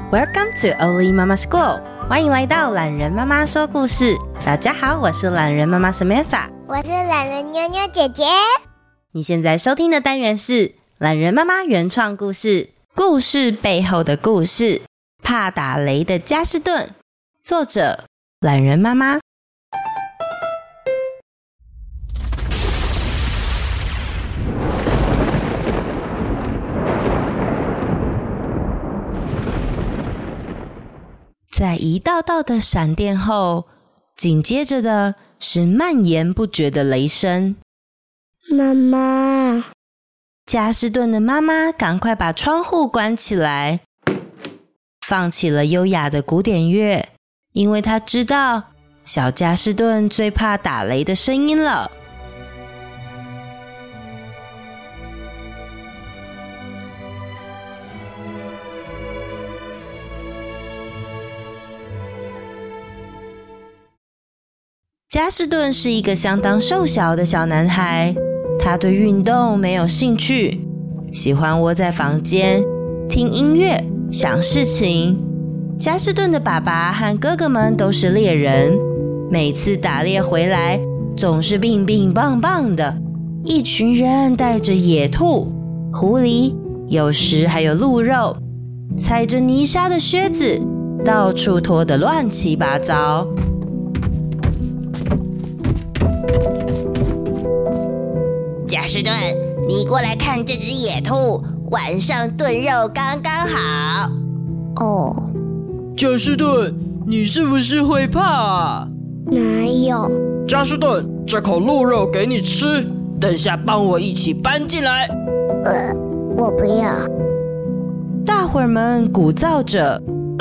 Welcome to Oli Mama School， 欢迎来到懒人妈妈说故事。大家好，我是懒人妈妈 Samantha， 我是懒人妞妞姐姐。 你现在收听的单元是懒人妈妈原创故事，故事背后的故事，怕打雷的佳士顿，作者懒人妈妈。在一道道的闪电后，紧接着的是蔓延不绝的雷声。 妈妈， 佳士顿的妈妈赶快把窗户关起来，放起了优雅的古典乐，因为她知道小佳士顿最怕打雷的声音了。佳士顿是一个相当瘦小的小男孩，他对运动没有兴趣，喜欢窝在房间听音乐想事情。佳士顿的爸爸和哥哥们都是猎人，每次打猎回来总是病病棒棒的，一群人带着野兔、狐狸，有时还有鹿肉，踩着泥沙的靴子，到处拖得乱七八糟。 佳士顿，你过来看这只野兔，晚上炖肉刚刚好。 哦， 佳士顿，你是不是会怕啊？ 哪有？ 佳士顿，这口鹿肉给你吃，等下帮我一起搬进来。 我不要。 大伙儿们鼓噪着，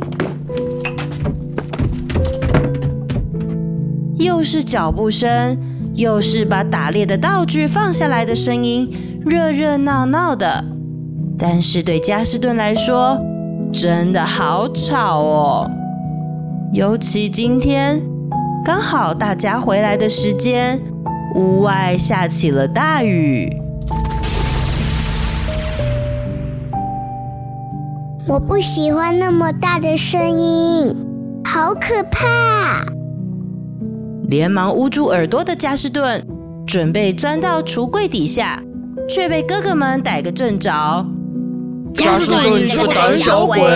又是脚步声，又是把打猎的道具放下来的声音，热热闹闹的。但是对佳士顿来说，真的好吵哦。尤其今天刚好大家回来的时间，屋外下起了大雨。 我不喜欢那么大的声音，好可怕！ 连忙捂住耳朵的佳士顿准备钻到橱柜底下，却被哥哥们逮个正着。 佳士顿，你这个胆小鬼！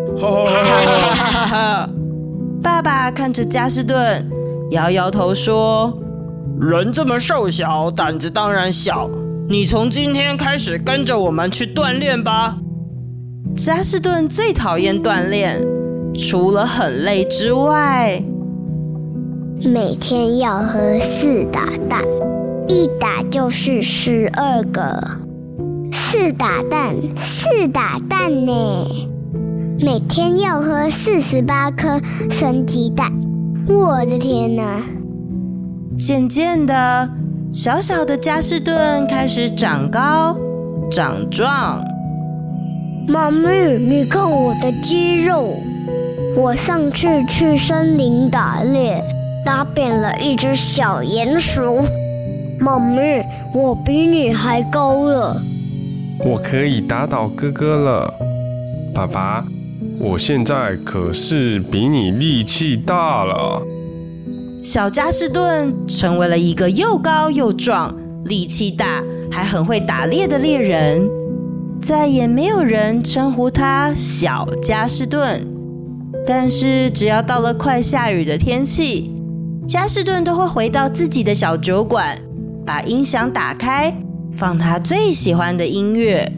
爸爸看着佳士顿，摇摇头说：“ 人这么瘦小，胆子当然小。你从今天开始跟着我们去锻炼吧。” 佳士顿最讨厌锻炼，除了很累之外， 每天要喝4打蛋，一打就是12个，4打蛋呢。每天要喝48颗生鸡蛋，我的天哪！ 渐渐的，小小的佳士顿开始长高、长壮。 妈咪，你看我的肌肉！我上次去森林打猎，打扁了一只小鼹鼠。妈咪，我比你还高了。 我可以打倒哥哥了。爸爸，我现在可是比你力气大了。 小佳士顿成为了一个又高又壮、力气大，还很会打猎的猎人。再也没有人称呼他小佳士顿。但是只要到了快下雨的天气，佳士顿都会回到自己的小酒馆，把音响打开，放他最喜欢的音乐。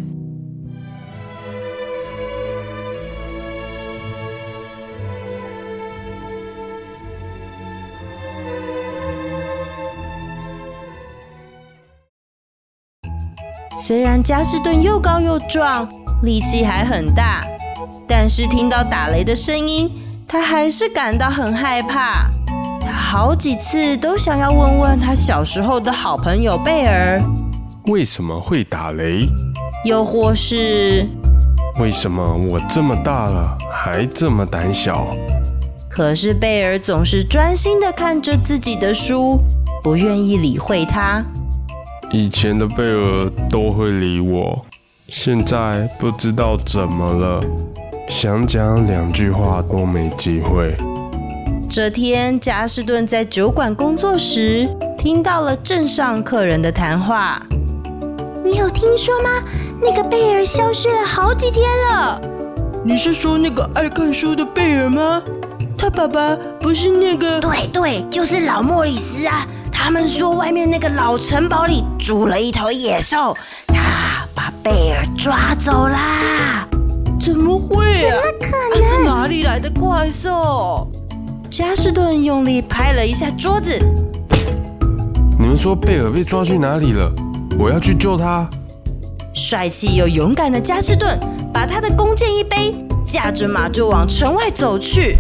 虽然佳士顿又高又壮，力气还很大，但是听到打雷的声音，他还是感到很害怕。他好几次都想要问问他小时候的好朋友贝尔， 为什么会打雷？ 又或是为什么我这么大了还这么胆小？ 可是贝尔总是专心地看着自己的书，不愿意理会他。 以前的贝尔都会理我，现在不知道怎么了。 想讲2句话都没机会。 这天，佳士顿在酒馆工作时，听到了镇上客人的谈话。你有听说吗？那个贝尔消失了好几天了。 你是说那个爱看书的贝尔吗？他爸爸不是那个…… 对，就是老莫里斯啊！他们说外面那个老城堡里住了一头野兽，他把贝尔抓走啦！ 怎么会啊？ 怎么可能？ 是哪里来的怪兽？ 佳士顿用力拍了一下桌子。 你们说贝尔被抓去哪里了？我要去救他。 帅气又勇敢的佳士顿把他的弓箭一背，驾着马就往城外走去。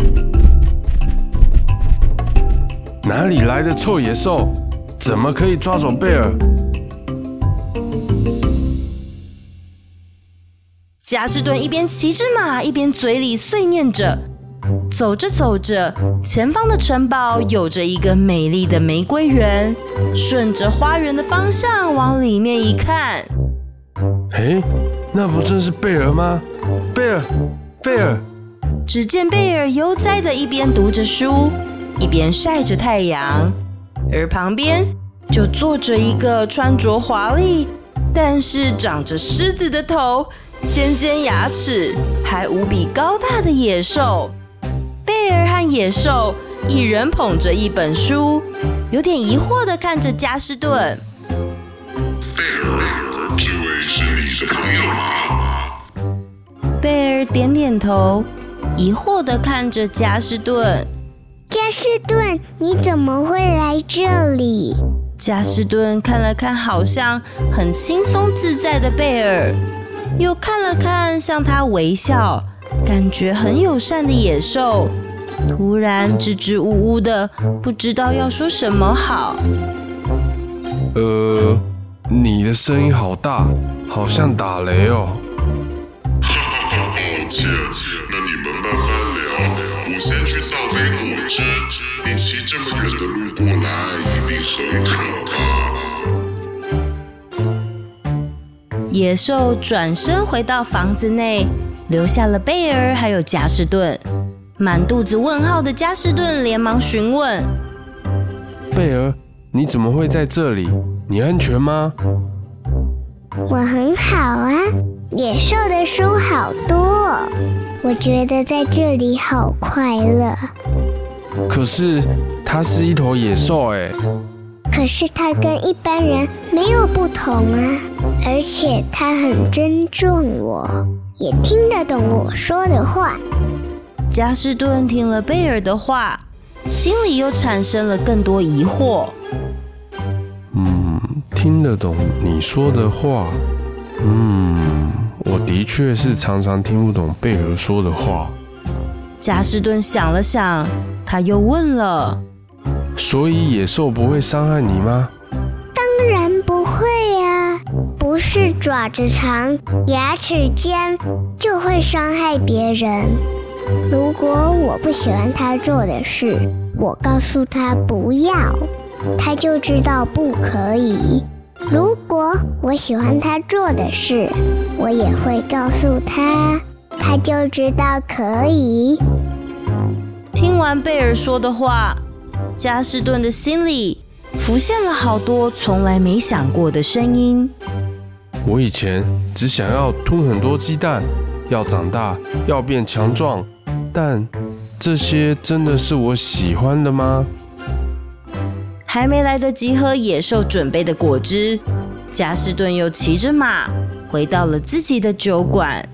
哪里来的臭野兽？怎么可以抓走贝尔？ 佳士顿一边骑着马，一边嘴里碎念着。走着走着，前方的城堡有着一个美丽的玫瑰园。顺着花园的方向往里面一看， 那不正是贝尔吗？贝尔！ 只见贝尔悠哉的一边读着书，一边晒着太阳，而旁边就坐着一个穿着华丽，但是长着狮子的头、尖尖牙齿，还无比高大的野兽。贝尔和野兽一人捧着一本书，有点疑惑地看着佳士顿。 贝尔，这位是你的朋友吗？ 贝尔点点头，疑惑地看着佳士顿。 佳士顿，你怎么会来这里？ 佳士顿看了看好像很轻松自在的贝尔，又看了看向他微笑、感觉很友善的野兽，突然支支吾吾的，不知道要说什么好。 你的声音好大，好像打雷哦。 抱歉，那你们慢慢聊，我先去倒杯果汁。你骑这么远的路过来，一定很可怕。 野兽转身回到房子内，留下了贝尔还有佳士顿。满肚子问号的佳士顿连忙询问： 贝尔，你怎么会在这里？你安全吗？ 我很好啊，野兽的书好多，我觉得在这里好快乐。 可是它是一头野兽哎。 可是它跟一般人没有不同啊，而且它很尊重我，也听得懂我说的话。 佳士顿听了贝尔的话，心里又产生了更多疑惑。 听得懂你说的话。我的确是常常听不懂贝尔说的话。 佳士顿想了想，他又问了： 所以野兽不会伤害你吗？ 当然不会啊，不是爪子长、牙齿尖就会伤害别人。如果我不喜欢他做的事，我告诉他不要，他就知道不可以。如果我喜欢他做的事，我也会告诉他，他就知道可以。 听完贝尔说的话，佳士顿的心里浮现了好多从来没想过的声音。 我以前只想要吞很多鸡蛋，要长大，要变强壮，但这些真的是我喜欢的吗？ 还没来得及喝野兽准备的果汁，佳士顿又骑着马回到了自己的酒馆。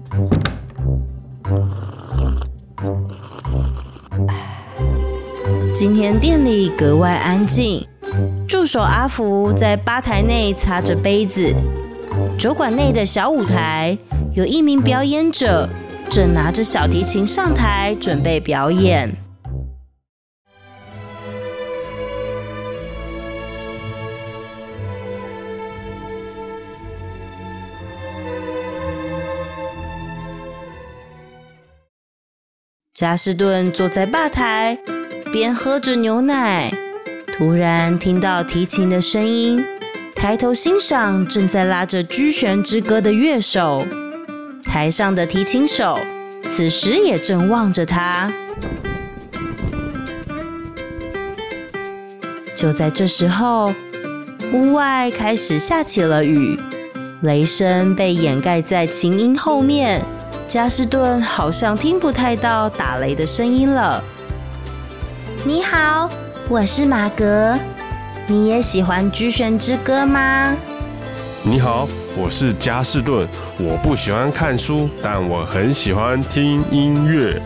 今天店里格外安静，助手阿福在吧台内擦着杯子。酒馆内的小舞台有一名表演者正拿着小提琴上台准备表演。佳士顿坐在吧台，边喝着牛奶，突然听到提琴的声音，抬头欣赏正在拉着《居旋之歌》的乐手。台上的提琴手此时也正望着他。就在这时候，屋外开始下起了雨，雷声被掩盖在琴音后面，加士顿好像听不太到打雷的声音了。你好，我是马格，你也喜欢《居旋之歌》吗？ 你好，我是加士顿，我不喜欢看书，但我很喜欢听音乐。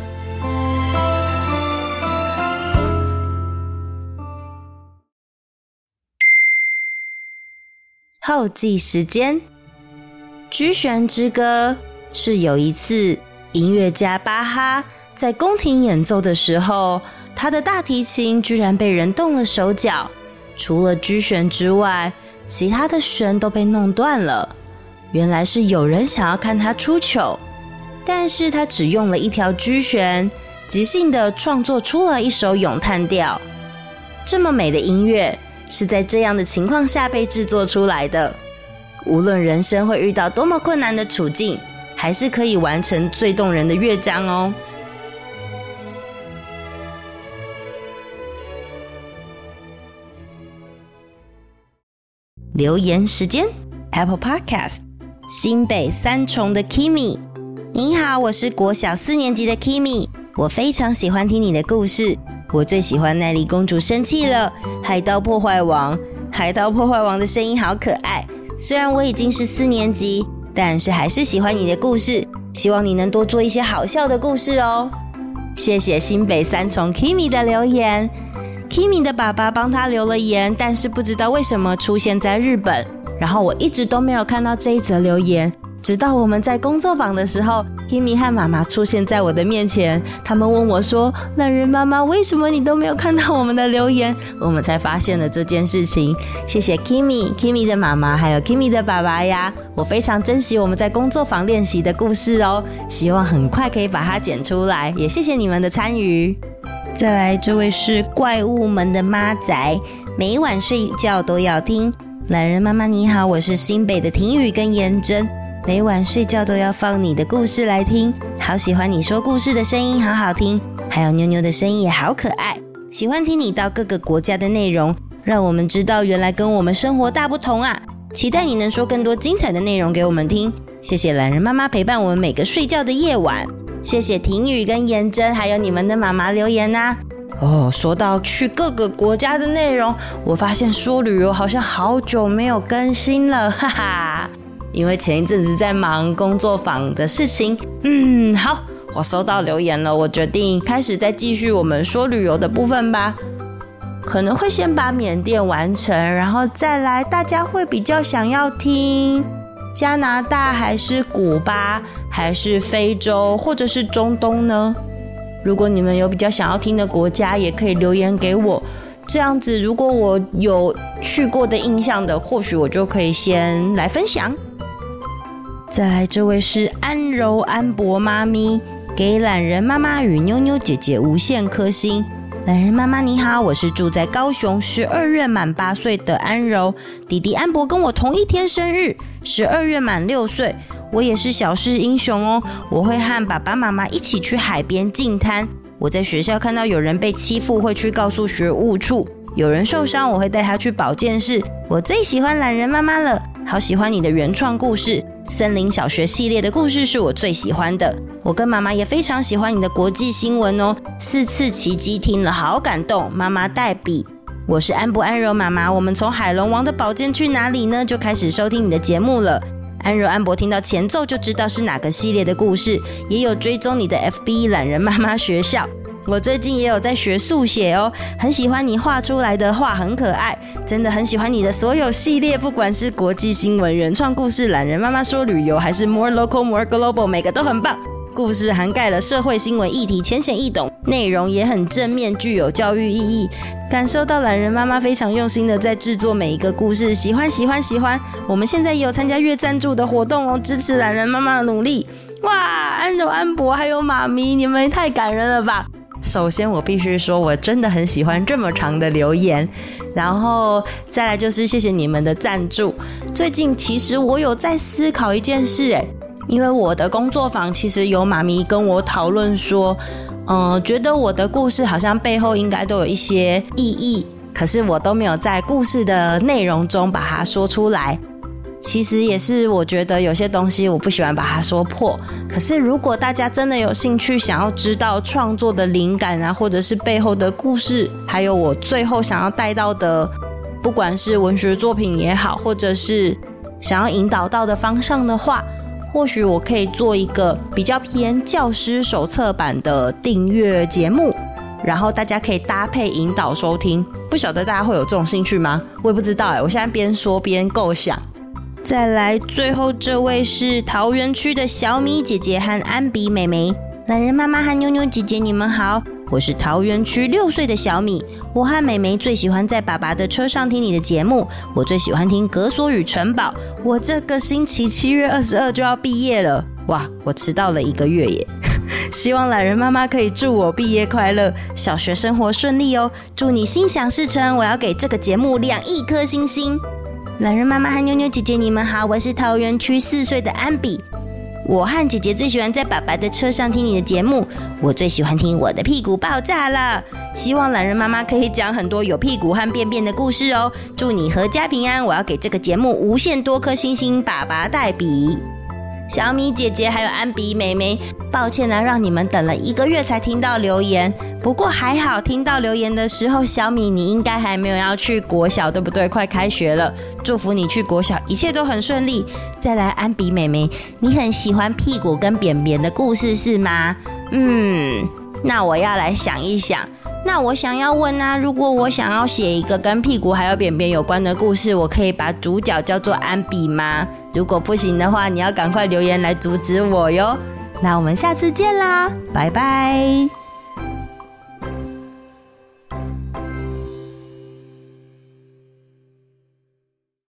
后记时间，《居旋之歌》是有一次音乐家巴哈在宫廷演奏的时候，他的大提琴居然被人动了手脚，除了居弦之外，其他的弦都被弄断了。原来是有人想要看他出糗，但是他只用了一条居弦，即兴的创作出了一首咏叹调。这么美的音乐是在这样的情况下被制作出来的。无论人生会遇到多么困难的处境，还是可以完成最动人的乐章哦。留言时间 Apple Podcast 新北三重的 Kimi， 你好，我是国小4年级的 Kimi， 我非常喜欢听你的故事，我最喜欢奈莉公主生气了，海盗破坏王的声音好可爱，虽然我已经是4年级，但是还是喜欢你的故事，希望你能多做一些好笑的故事哦。谢谢新北三重 Kimi 的留言。Kimi 的爸爸帮他留了言，但是不知道为什么出现在日本，然后我一直都没有看到这一则留言，直到我们在工作坊的时候， Kimi 和妈妈出现在我的面前，他们问我说，懒人妈妈，为什么你都没有看到我们的留言？我们才发现了这件事情。谢谢 Kimi 的妈妈还有 Kimi 的爸爸呀，我非常珍惜我们在工作坊练习的故事哦，希望很快可以把它剪出来，也谢谢你们的参与。再来，这位是怪物们的妈仔，每晚睡觉都要听。懒人妈妈你好，我是新北的婷宇跟颜真，每晚睡觉都要放你的故事来听，好喜欢你说故事的声音，好好听，还有妞妞的声音也好可爱，喜欢听你到各个国家的内容，让我们知道原来跟我们生活大不同啊，期待你能说更多精彩的内容给我们听。谢谢懒人妈妈陪伴我们每个睡觉的夜晚，谢谢婷宇跟颜真还有你们的妈妈留言啊。说到去各个国家的内容，我发现说旅游好像好久没有更新了，哈哈，因为前一阵子在忙工作坊的事情。好，我收到留言了，我决定开始再继续我们说旅游的部分吧。可能会先把缅甸完成，然后再来大家会比较想要听加拿大还是古巴还是非洲或者是中东呢？如果你们有比较想要听的国家，也可以留言给我，这样子如果我有去过的印象的，或许我就可以先来分享。再来，这位是安柔安博妈咪，给懒人妈妈与妞妞姐姐无限颗星。懒人妈妈你好，我是住在高雄12月满8岁的安柔，弟弟安博跟我同一天生日，12月满6岁。我也是小事英雄哦，我会和爸爸妈妈一起去海边净滩。我在学校看到有人被欺负，会去告诉学务处；有人受伤，我会带他去保健室。我最喜欢懒人妈妈了，好喜欢你的原创故事，森林小学系列的故事是我最喜欢的。我跟妈妈也非常喜欢你的国际新闻哦，4次奇迹听了好感动，妈妈代笔。我是安不安柔妈妈，我们从海龙王的宝剑去哪里呢就开始收听你的节目了。安柔安博听到前奏就知道是哪个系列的故事，也有追踪你的 FB 懒人妈妈学校。我最近也有在学速写哦，很喜欢你画出来的画很可爱，真的很喜欢你的所有系列，不管是国际新闻、原创故事、懒人妈妈说旅游，还是 More Local More Global， 每个都很棒。故事涵盖了社会新闻议题，浅显易懂，内容也很正面，具有教育意义。感受到懒人妈妈非常用心的在制作每一个故事，喜欢。我们现在也有参加月赞助的活动哦，支持懒人妈妈的努力。哇，安柔安博还有妈咪，你们也太感人了吧！首先我必须说，我真的很喜欢这么长的留言，然后再来就是谢谢你们的赞助。最近其实我有在思考一件事， 因为我的工作坊其实有妈咪跟我讨论说，觉得我的故事好像背后应该都有一些意义，可是我都没有在故事的内容中把它说出来。其实也是我觉得有些东西我不喜欢把它说破，可是如果大家真的有兴趣想要知道创作的灵感啊，或者是背后的故事，还有我最后想要带到的，不管是文学作品也好，或者是想要引导到的方向的话，或许我可以做一个比较偏教师手册版的订阅节目，然后大家可以搭配引导收听。不晓得大家会有这种兴趣吗？我也不知道我现在边说边构想。再来，最后这位是桃园区的小米姐姐和安比妹妹。懒人妈妈和妞妞姐姐，你们好，我是桃园区6岁的小米。我和妹妹最喜欢在爸爸的车上听你的节目，我最喜欢听《格索与城堡》。我这个星期7月22就要毕业了，哇，我迟到了1个月耶！希望懒人妈妈可以祝我毕业快乐，小学生活顺利哦！祝你心想事成！我要给这个节目2亿颗星星。懒人妈妈和妞妞姐姐，你们好，我是桃园区4岁的安比。我和姐姐最喜欢在爸爸的车上听你的节目，我最喜欢听我的屁股爆炸了。希望懒人妈妈可以讲很多有屁股和便便的故事哦。祝你阖家平安！我要给这个节目无限多颗星星，爸爸代笔。小米姐姐还有安比妹妹，抱歉呢，让你们等了1个月才听到留言。不过还好，听到留言的时候，小米你应该还没有要去国小，对不对？快开学了，祝福你去国小一切都很顺利。再来，安比妹妹，你很喜欢屁股跟便便的故事是吗？那我要来想一想。那我想要问啊，如果我想要写一个跟屁股还有便便有关的故事，我可以把主角叫做安比吗？如果不行的话，你要赶快留言来阻止我哟。那我们下次见啦，拜拜。